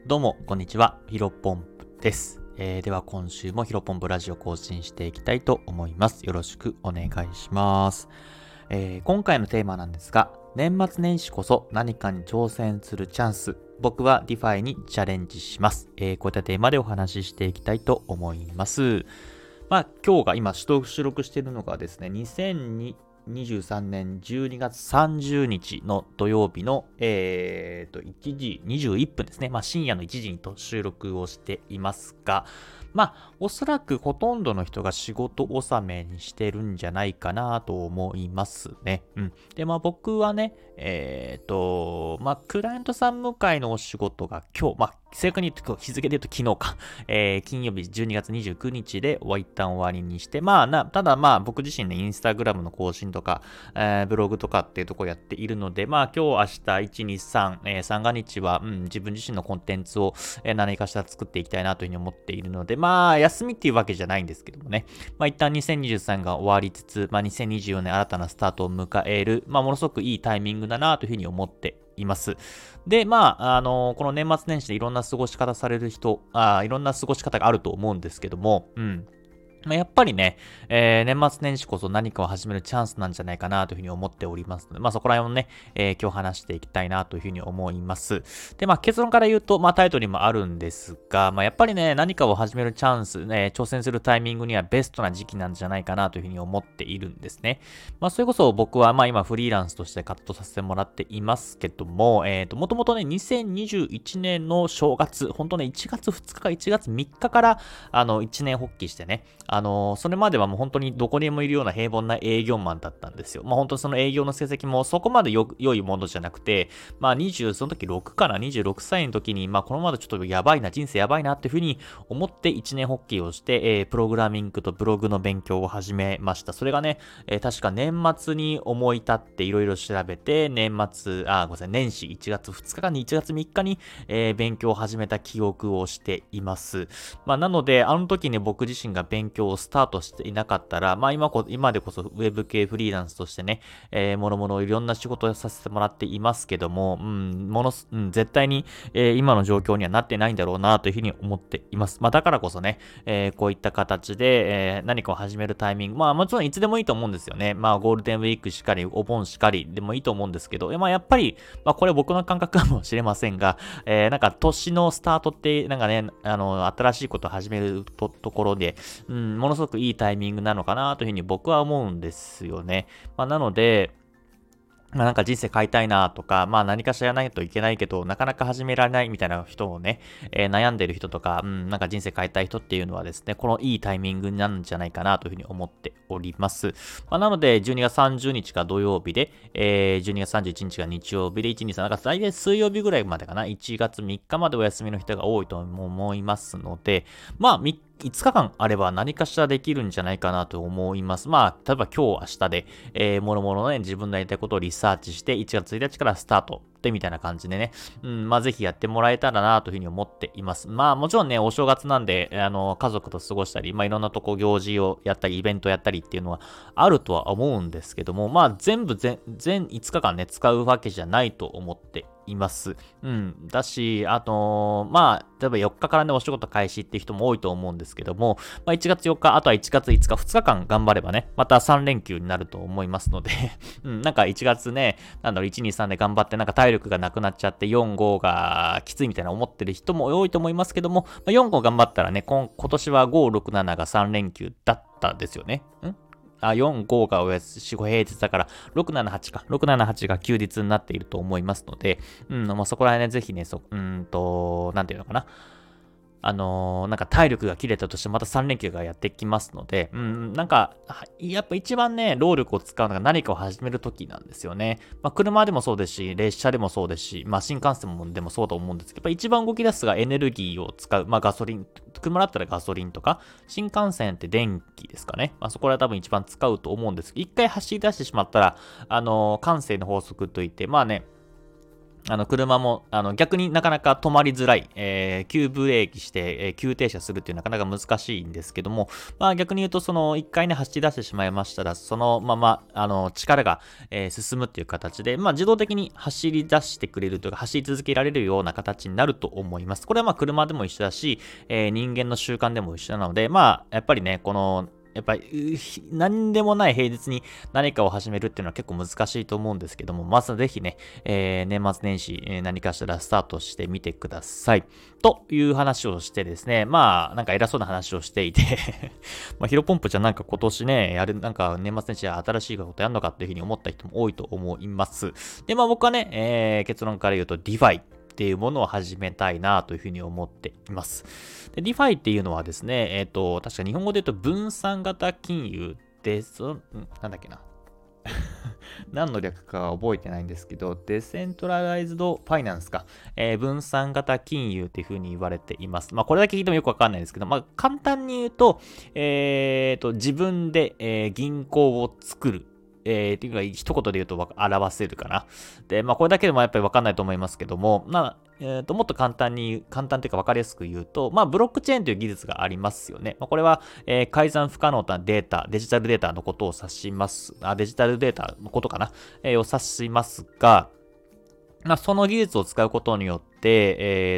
どうもこんにちは、ヒロポンプです。では今週もヒロポンプラジオ更新していきたいと思います。よろしくお願いします。今回のテーマなんですが、年末年始こそ何かに挑戦するチャンス。僕は DeFi にチャレンジします。こういったテーマでお話ししていきたいと思います。今日が今収録しているのがですね、2023年12月30日の土曜日の、1時21分ですね。深夜の1時に収録をしていますが、おそらくほとんどの人が仕事納めにしてるんじゃないかなと思いますね。で、僕はね、クライアントさん迎えのお仕事が今日、正確に言うと日付で言うと昨日か、金曜日12月29日で一旦終わりにして、ただ僕自身ね、インスタグラムの更新とか、ブログとかっていうところやっているので、今日、明日、1、2、3、三が日は、自分自身のコンテンツを、何かしら作っていきたいなというふうに思っているので、休みっていうわけじゃないんですけどもね、一旦2023が終わりつつ、2024年新たなスタートを迎える、ものすごくいいタイミングだなというふうに思っています。で、この年末年始でいろんな過ごし方される人、いろんな過ごし方があると思うんですけども、やっぱりね、年末年始こそ何かを始めるチャンスなんじゃないかなというふうに思っておりますので、そこら辺をね、今日話していきたいなというふうに思います。で、結論から言うと、タイトルにもあるんですが、やっぱりね、何かを始めるチャンス、挑戦するタイミングにはベストな時期なんじゃないかなというふうに思っているんですね。それこそ僕は今フリーランスとして活動させてもらっていますけども、もともとね、2021年の正月、本当ね、1月2日か1月3日から、1年発起してね、それまではもう本当にどこにもいるような平凡な営業マンだったんですよ。本当にその営業の成績もそこまで良いものじゃなくて、その時6かな、26歳の時に、このままでちょっとやばいな、人生やばいなっていうふうに思って1年発起をして、プログラミングとブログの勉強を始めました。それがね、確か年末に思い立っていろいろ調べて、年始1月2日かに1月3日に、勉強を始めた記憶をしています。なので、あの時ね、僕自身が勉強をスタートしていなかったら、今でこそウェブ系フリーランスとしてね、もろもろいろんな仕事をさせてもらっていますけども、絶対に、今の状況にはなってないんだろうなというふうに思っています。だからこそね、こういった形で、何かを始めるタイミング、もちろんいつでもいいと思うんですよね。ゴールデンウィークしかり、お盆しかりでもいいと思うんですけど、やっぱり、これ僕の感覚かもしれませんが、年のスタートって、新しいことを始めるところで、ものすごくいいタイミングなのかなというふうに僕は思うんですよね。なので、人生変えたいなとか、何かしらやらないといけないけど、なかなか始められないみたいな人をね、悩んでる人とか、人生変えたい人っていうのはですね、このいいタイミングになるんじゃないかなというふうに思っております。なので、12月30日が土曜日で、12月31日が日曜日で、1、2、3、大体水曜日ぐらいまでかな、1月3日までお休みの人が多いと思いますので、5日間あれば何かしらできるんじゃないかなと思います。例えば今日明日で、もろもろね、自分のやりたいことをリサーチして、1月1日からスタートってみたいな感じでね、ぜひやってもらえたらなというふうに思っています。もちろんね、お正月なんで、家族と過ごしたり、いろんなとこ行事をやったり、イベントやったりっていうのはあるとは思うんですけども、全5日間ね、使うわけじゃないと思っています。だし、あと、例えば4日からね、お仕事開始っていう人も多いと思うんですけども、1月4日、あとは1月5日、2日間頑張ればね、また3連休になると思いますので、1月ね、1、2、3で頑張って、体力がなくなっちゃって、4、5がきついみたいな思ってる人も多いと思いますけども、4、5頑張ったらね、今年は5、6、7が3連休だったですよね。4、5が平日だから、6、7、8か。6、7、8が休日になっていると思いますので、そこら辺ね、ぜひね、なんていうのかな。体力が切れたとしてまた3連休がやってきますので、やっぱ一番ね、労力を使うのが何かを始めるときなんですよね。車でもそうですし、列車でもそうですし、新幹線でもそうと思うんですけど、やっぱ一番動き出すがエネルギーを使う。ガソリン、車だったらガソリンとか、新幹線って電気ですかね。そこら多分一番使うと思うんですけど、一回走り出してしまったら、慣性の法則といって、 車も、逆になかなか止まりづらい、急ブレーキして、急停車するっていうなかなか難しいんですけども、まあ逆に言うと、一回ね、走り出してしまいましたら、そのまま、力が、進むっていう形で、まあ自動的に走り出してくれるというか、走り続けられるような形になると思います。これはまあ車でも一緒だし、人間の習慣でも一緒なので、まあ、やっぱりね、やっぱり、何でもない平日に何かを始めるっていうのは結構難しいと思うんですけども、まずぜひね、年末年始、何かしらスタートしてみてください。という話をしてですね、まあ、なんか偉そうな話をしていてまあ、ヒロポンプじゃなんか今年ね、なんか年末年始新しいことやるのかっていうふうに思った人も多いと思います。で、まあ僕はね、結論から言うと DeFiっていうものを始めたいなというふうに思っています。で、DeFi っていうのはですね、確か日本語で言うと分散型金融で、なんだっけな。何の略か覚えてないんですけど、デセントラライズドファイナンスか、分散型金融っていう風に言われています。まあ、これだけ聞いてもよくわかんないですけど、まあ、簡単に言うと、自分で、銀行を作る。っていうか、一言で言うと表せるかな。で、まあ、これだけでもやっぱりわかんないと思いますけども、もっと簡単というか分かりやすく言うと、まあ、ブロックチェーンという技術がありますよね。まあ、これは、改ざん不可能なデータ、デジタルデータのことを指します。デジタルデータのことかな、を指しますが、まあ、その技術を使うことによって、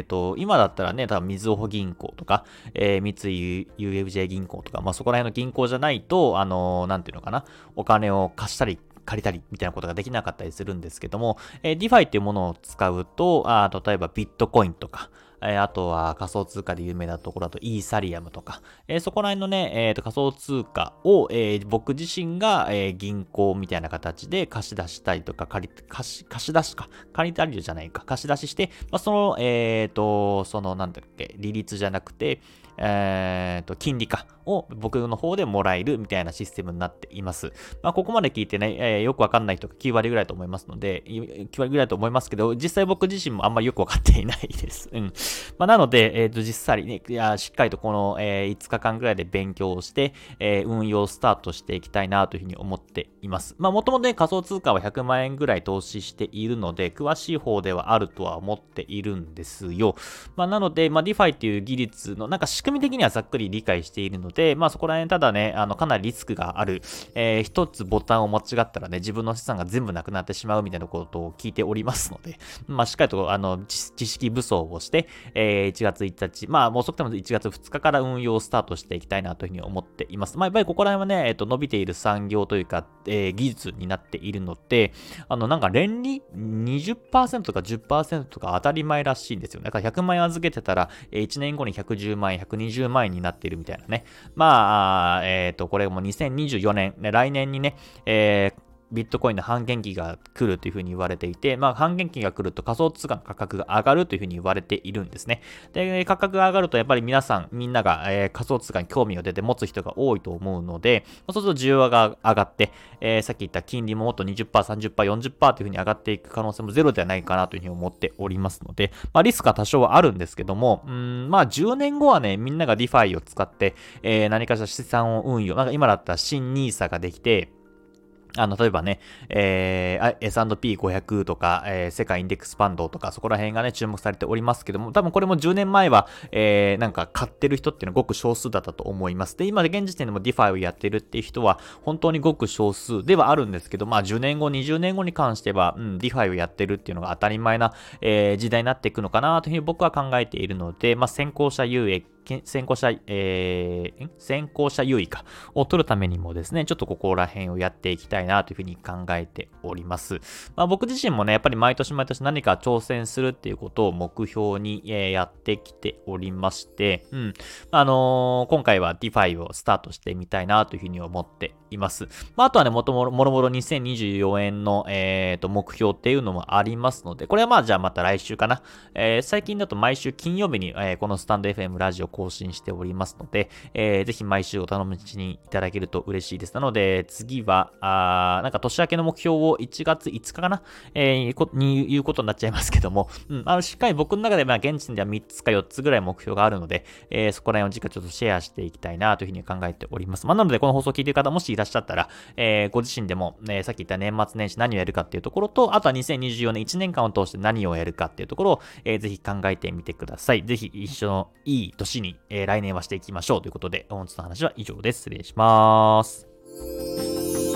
今だったらね、多分、みずほ銀行とか、三井 UFJ 銀行とか、まあ、そこら辺の銀行じゃないと、なんていうのかな、お金を貸したり、借りたりみたいなことができなかったりするんですけども、DeFi っていうものを使うと、例えばビットコインとか、あとは仮想通貨で有名なところだとイーサリアムとか、そこら辺のね、仮想通貨を、僕自身が、銀行みたいな形で貸し出したりとか、借り出しか、借りたりじゃないか、貸し出しして、まあ、なんだっけ、利率じゃなくて、金利かを僕の方でもらえるみたいなシステムになっています。まあ、ここまで聞いてね、よくわかんない人が9割ぐらいと思いますので、9割ぐらいと思いますけど、実際僕自身もあんまりよくわかっていないです。うん。まあ、なので、実際にね、しっかりとこの、5日間ぐらいで勉強をして、運用スタートしていきたいなというふうに思っています。まあ、もともとね、仮想通貨は100万円ぐらい投資しているので、詳しい方ではあるとは思っているんですよ。まあ、なので、まあ、DeFi っていう技術の、なんか仕組み的にはざっくり理解しているので、まあ、そこら辺ただね、かなりリスクがある、一つボタンを間違ったらね、自分の資産が全部なくなってしまうみたいなことを聞いておりますので、まあ、しっかりと、知識武装をして、1月1日、まあ、もう遅くても1月2日から運用をスタートしていきたいなというふうに思っています。まあ、やっぱりここら辺はね、伸びている産業というか、技術になっているので、なんか、年利 20% とか 10% とか当たり前らしいんですよね。だから100万円預けてたら、1年後に110万円、120万円になっているみたいなね。まあ、これも2024年、ね、来年にね、ビットコインの半減期が来るというふうに言われていて、まあ半減期が来ると仮想通貨の価格が上がるというふうに言われているんですね。で、価格が上がるとやっぱりみんなが、仮想通貨に興味を出て持つ人が多いと思うので、そうすると需要が上がって、さっき言った金利ももっと 20%、30%、40% というふうに上がっていく可能性もゼロではないかなというふうに思っておりますので、まあリスクは多少はあるんですけども、まあ10年後はね、みんなが DeFi を使って、何かしら資産を運用、なんか今だったら新 NISA ができて、例えばね、S&P500 とか、世界インデックスファンドとか、そこら辺がね、注目されておりますけども、多分これも10年前は、なんか買ってる人っていうのはごく少数だったと思います。で、今現時点でも DeFi をやってるっていう人は、本当にごく少数ではあるんですけど、まあ10年後、20年後に関しては、DeFi をやってるっていうのが当たり前な、時代になっていくのかなというふうに僕は考えているので、まあ先行者優位かを取るためにもですね、ちょっとここら辺をやっていきたいなというふうに考えております。まあ僕自身もね、やっぱり毎年毎年何か挑戦するっていうことを目標に、やってきておりまして、今回は DeFi をスタートしてみたいなというふうに思っています。まああとはね、もろもろ2024円の、目標っていうのもありますので、これはまあじゃあまた来週かな。最近だと毎週金曜日に、このスタンド FM ラジオ更新しておりますので、ぜひ毎週お楽しみにいただけると嬉しいです。なので、次は、なんか年明けの目標を1月5日かな、に言うことになっちゃいますけども、しっかり僕の中で、現時点では3つか4つぐらい目標があるので、そこら辺を次回ちょっとシェアしていきたいなというふうに考えております。なので、この放送を聞いている方もしいらっしゃったら、ご自身でも、さっき言った年末年始何をやるかっていうところと、あとは2024年1年間を通して何をやるかっていうところを、ぜひ考えてみてください。ぜひ一緒のいい年に、来年はしていきましょうということで、本日の話は以上です。失礼します。